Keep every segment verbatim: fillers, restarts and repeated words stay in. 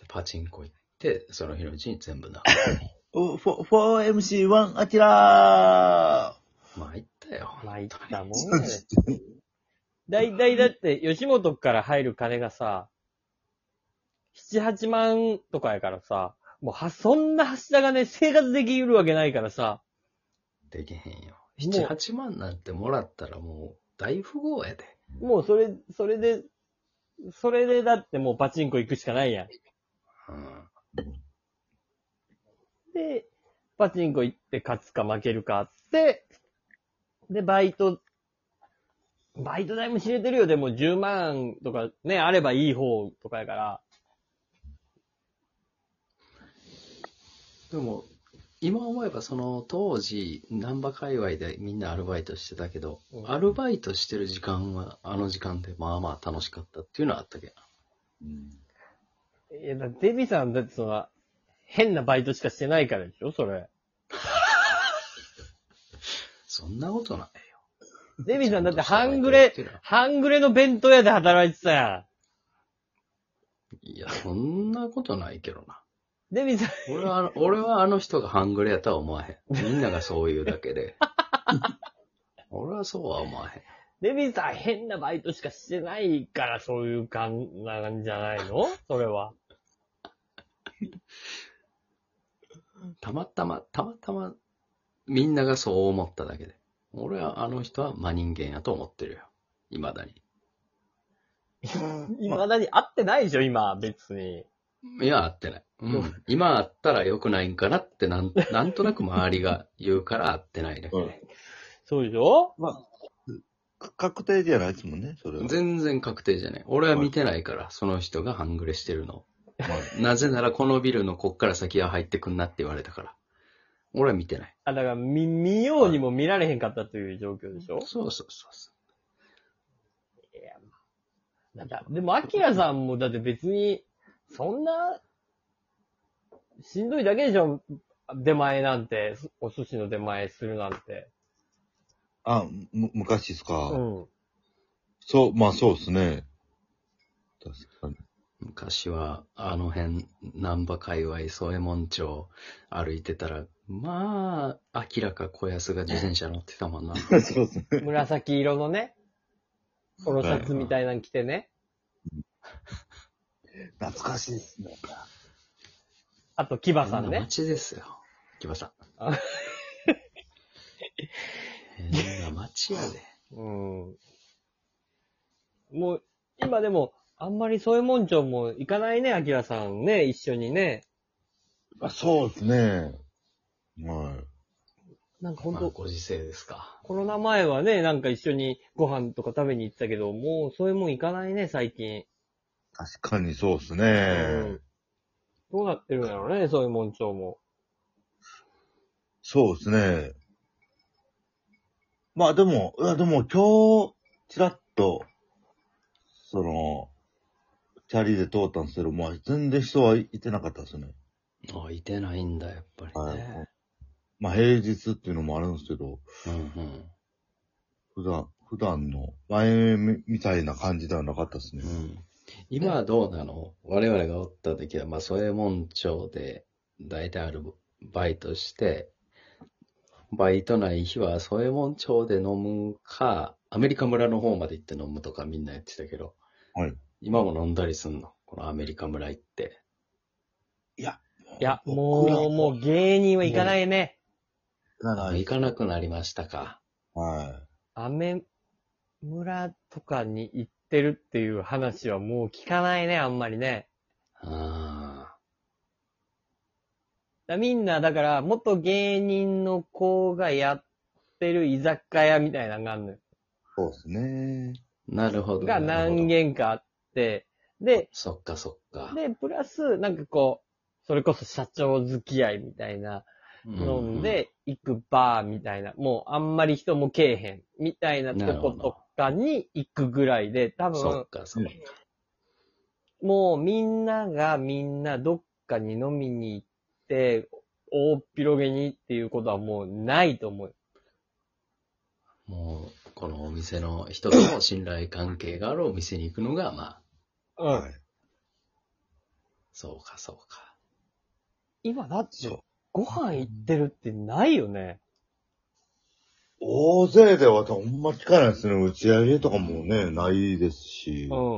パチンコ行って、その日のうちに全部な。 フォーエムシーワン アキラー参ったよ。 参ったもんやね。だいたいだって、吉本から入る金がさ、なな、はちまんとかやからさ、もうは、そんな柱がね、生活できるわけないからさ。 できへんよ。なな、はちまんなんてもらったらもう大富豪やで。 もうそれ、それで、それでだってもうパチンコ行くしかないやん。うん、で、パチンコ行って勝つか負けるかって、で、バイト、バイト代も知れてるよ。でもじゅうまんとかね、あればいい方とかやから。 でも、今思えばその当時、難波界隈でみんなアルバイトしてたけど、うん、アルバイトしてる時間は、あの時間でまあまあ楽しかったっていうのはあったけど。 うん、いや、だデビさんだってその、変なバイトしかしてないからでしょそれ。 そんなことないよ。 デビさんだって半グレ、半グレの弁当屋で働いてたやん。いや、そんなことないけどな。 デビさん。 俺は、俺はあの人が半グレやとは思わへん。みんながそう言うだけで。俺はそうは思わへん。 デビさん変なバイトしかしてないからそういう感なんじゃないのそれは。 たまたま、たまたま、みんながそう思っただけで。俺はあの人は真人間やと思ってるよ。未だに。 未だに会ってないでしょ今、別に。 いや、会ってない。うん。今会ったら良くないんかなってなん、なんとなく周りが言うから会ってないだけで。うん、 そうでしょまあ、確定じゃないですもんね、それは。 全然確定じゃない。俺は見てないから、はい、その人が半グレしてるの。まあ、なぜならこのビルのこっから先は入ってくんなって言われたから。俺は見てない。 あ、だから見、見ようにも見られへんかったという状況でしょ、はい、 そうそうそうそう。 いや、まあ、だでも、アキラさんもだって別に、そんな、しんどいだけでしょ出前なんて、お寿司の出前するなんて。 あ、む、昔ですか。 うん。 そう、まあそうですね。 確かに。昔は、あの辺、難波界隈、添右衛門町歩いてたら、まあ、明らか小安が自転車乗ってたもんな。 そうですね。 紫色のね、ポロシャツみたいなの着てね。 懐かしいですね。 あと、キバさんね。 変な街ですよ。キバさん。変な街やで。 うん。もう、今でも、あんまり添右衛門町も行かないね、アキラさんね、一緒にね。 あ、そうですね。はい。 なんかほんと、まあ、ご時世ですか。 コロナ前はね、なんか一緒にご飯とか食べに行ってたけど、もうそういうもん行かないね、最近。 確かにそうですね。うん。 どうなってるんだろうね、そういうもん町も。 そうですね。まあでも、いやでも今日、ちらっと、その、チャリで通ったんですけど、まあ全然人はいてなかったですね。 ああ、いてないんだ、やっぱりね。はい、 まあ平日っていうのもあるんですけど、 うんうん、 普段、普段の前みたいな感じではなかったですね。 うん、今はどうなの？我々がおった時は、まあ、添右衛門町で大体あるバイトして、バイトない日は添右衛門町で飲むか、アメリカ村の方まで行って飲むとかみんなやってたけど、 はい。 今も飲んだりすんの？このアメリカ村行って。 いや、いや、もう、もう芸人は行かないね。 行かない。行かなくなりましたか。 はい。 アメ村とかに行ってるっていう話はもう聞かないね、あんまりね。ああ。みんな、だから、元芸人の子がやってる居酒屋みたいなのがあるのよ。 そうですね。 なるほど。 が何軒かあって、で、 そっかそっか。 で、プラス、なんかこう、それこそ社長付き合いみたいな、飲んで行くバーみたいな、もうあんまり人もけえへんみたいなとことかに行くぐらいで、多分、 そっかそっか。 もうみんながみんなどっかに飲みに行って、大っ広げにっていうことはもうないと思う。 もう、このお店の人とも信頼関係があるお店に行くのが、まあ、うん。 そうか、そうか。 今だってそう、 ご飯行ってるってないよね。 大勢ではほんま聞かないですね。打ち上げとかもね、ないですし。 うん。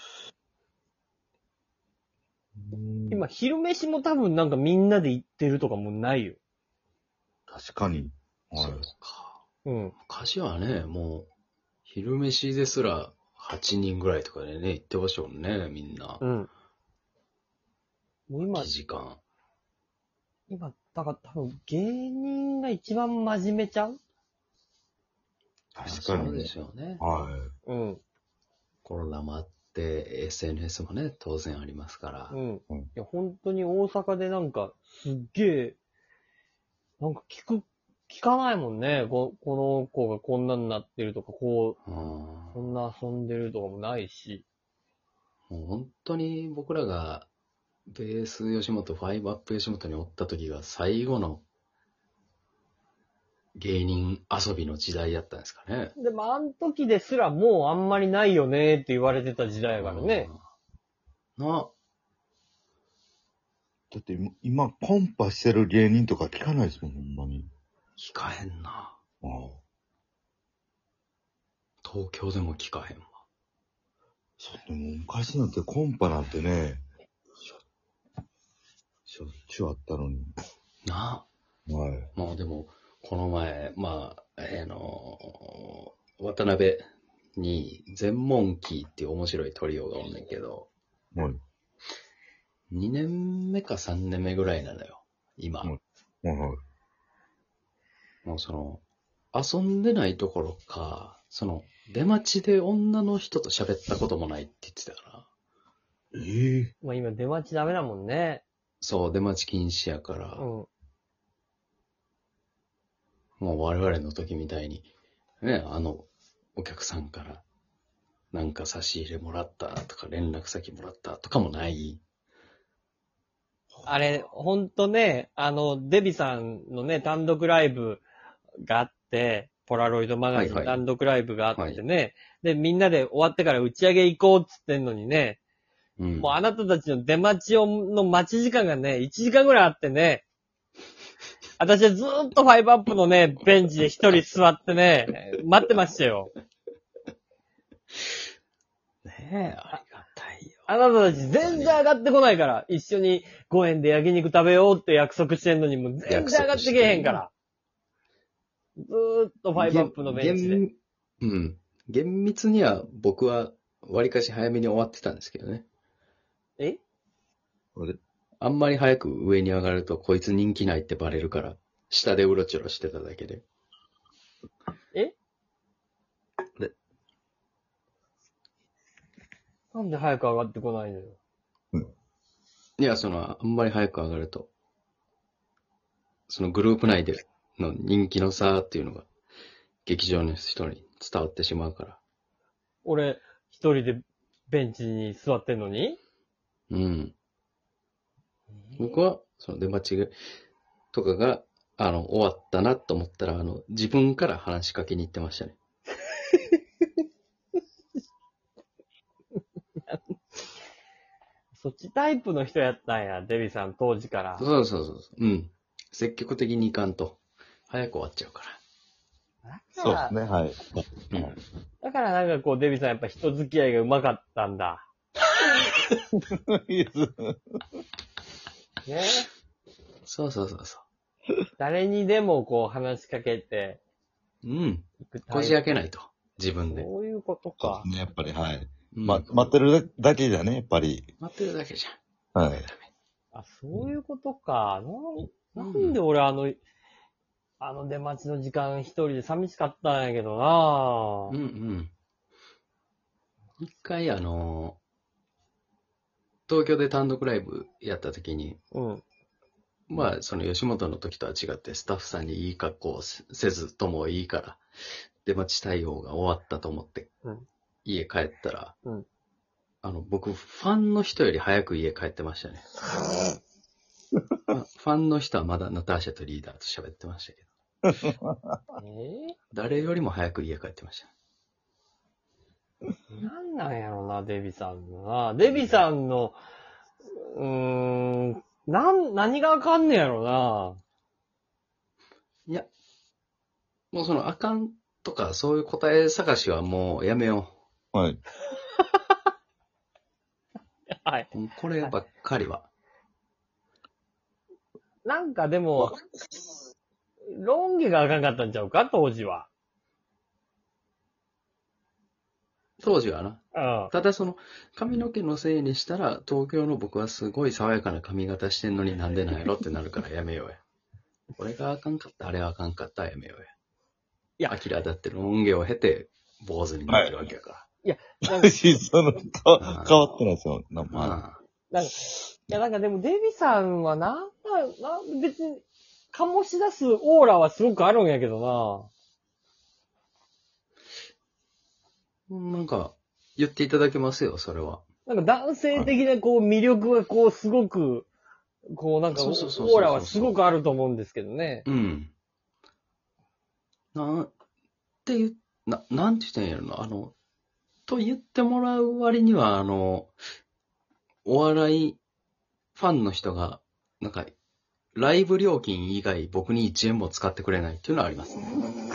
うん今、昼飯も多分なんかみんなで行ってるとかもないよ。 確かに。はいそうか。 うん。 昔はね、もう、昼飯ですらはちにんぐらいとかでね、行ってましたもんね、みんな。 うん。もう今空き、時間。 今、だから多分芸人が一番真面目ちゃう？ 確かそうに。 ですよね。 はい。 うん。 コロナもあって、エスエヌエス もね、当然ありますから。 うん。 うんいや、本当に大阪でなんか、すっげえ、なんか聞く、聞かないもんね。ここの子がこんなになってるとか、こう、 うんこんな遊んでるとかもないし。 もう本当に僕らがベース吉本、ファイブアップ吉本におった時が最後の芸人遊びの時代やったんですかね。 でも、あの時ですらもうあんまりないよねって言われてた時代やからね。 うん。な、 だって今今、コンパしてる芸人とか聞かないですもん、ほんまに。 聞かへんな。 ああ東京でも聞かへんわ。 そう、でも昔なんてコンパなんてね、しょしょっちゅうあったのに。 な。 はい。 もうでも、この前、まあ、あの渡辺に全問キーっていう面白いトリオがおんねんけど、 はい。 にねんめかさんねんめぐらいなのよ、今。 うんはいはい。 もうその、遊んでないところか、その、出待ちで女の人と喋ったこともないって言ってたから。 ええまあ今出待ちダメだもんね。 そう、出待ち禁止やから、 うん。 もう我々の時みたいに、ね、あの、お客さんから、なんか差し入れもらったとか、連絡先もらったとかもない。 あれ、ほんとね、あの、デビさんのね、単独ライブがあって、ポラロイドマガジはいはいン単独ライブがあってね、で、みんなで終わってから打ち上げ行こうっつってんのにね、 うん。 もうあなたたちの出待ちをの待ち時間がね、いちじかんぐらいあってね、私はずーっとファイブアップのね、ベンチで一人座ってね、待ってましたよ。 ねえ、ありがたいよ。 あなたたち全然上がってこないから、一緒にごえんで焼肉食べようって約束してんのにもう全然上がってけえへんから。ずーっとファイブアップのベンチで。 厳うん。厳密には僕は割かし早めに終わってたんですけどね。 えあれあんまり早く上に上がるとこいつ人気ないってバレるから、下でうろちょろしてただけで。 えでなんで早く上がってこないのよ。 いや、その、あんまり早く上がると、そのグループ内での人気の差っていうのが、劇場の人に伝わってしまうから。 俺、一人でベンチに座ってんのにうん。僕は、その出待ちがとかが、あの、終わったなと思ったら、あの、自分から話しかけに行ってましたね。 そっちタイプの人やったんや、デビさん当時から。 そうそうそうそう。うん。積極的に行かんと、早く終わっちゃうかそうですね、はい。 ら。うん。 だからなんかこう、デビさんやっぱ人付き合いが上手かったんだ。ね。 そうそうそうそ誰にでもこう話しかけてう。うん。 いくタイプ。 こじ開けないと。自分で。 そういうことかそうで。すね、やっぱり、はい。 うんま、待ってるだけじゃね、やっぱり。 待ってるだけじはい。 あ、そういうことか。なうんなんで俺あの、あの出待ちの時間一人で寂しかったんやけどなゃん。うんうん。一回あの、東京で単独ライブやった時に、 うん。 まあ、その吉本の時とは違って、スタッフさんにいい格好をせせずともいいから、出待ち対応が終わったと思って、 うん家帰ったら、 うんあの、僕、ファンの人より早く家帰ってましたね。あファンの人はまだナターシャとリーダーと喋ってましたけど、 え誰よりも早く家帰ってました。 ー、なんなんやろな、デビさんのな。デビさんの、うーなん、何があかんねやろないや、もうそのあかんとかそういう答え探しはもうやめよはい。 はい。 う。もうこればっかりは。 なんかでも、論議があかんかったんちゃうか当時は。 当時はな。 うん。 ただその髪の毛のせいにしたら東京の僕はすごい爽やかな髪型してんのになんでなんやろってなるからやめようや。これがあかんかった、あれはあかんかったらやめようや。 いやアキラだってロン毛を経て坊主になってるわけやから。 なんか、 その、か変わってないですよ。なまあ、 まあ、 なんか、いやなんかでもデビさんはなんだ、な、別に、醸し出すオーラはすごくあるんやけどなんか言っていただけますよ、それは。 な。なんか男性的なこう魅力がこうすごく、こうなんかオそうそうそうそうそうーラはすごくあると思うんですけどね。 うん。なんて言う、な、なんて言ったらいいんやろな。あの、と言ってもらう割には、あの、お笑いファンの人が、なんか、ライブ料金以外僕にいちえんも使ってくれないっていうのはありますね。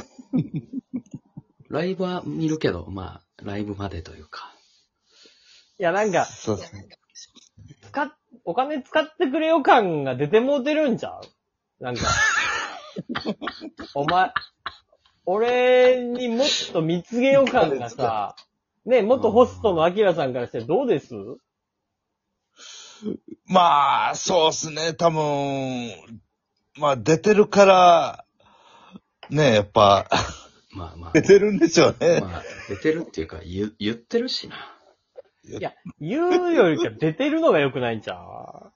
ライブは見るけど、まあ、ライブまでというか。 いやなんか、 そうですね。 使っ、お金使ってくれよ感が出てもうてるんちゃうなんか、お前、俺にもっと貢げよ感がさ、ね、元ホストのアキラさんからしてどうですまあ、そうですね。多分、まあ、出てるから、ね、やっぱ、 まあまあ。 出てるんでしょうね。 まあ、出てるっていうか、言言ってるしな。 いや、言うよりか出てるのが良くないんちゃう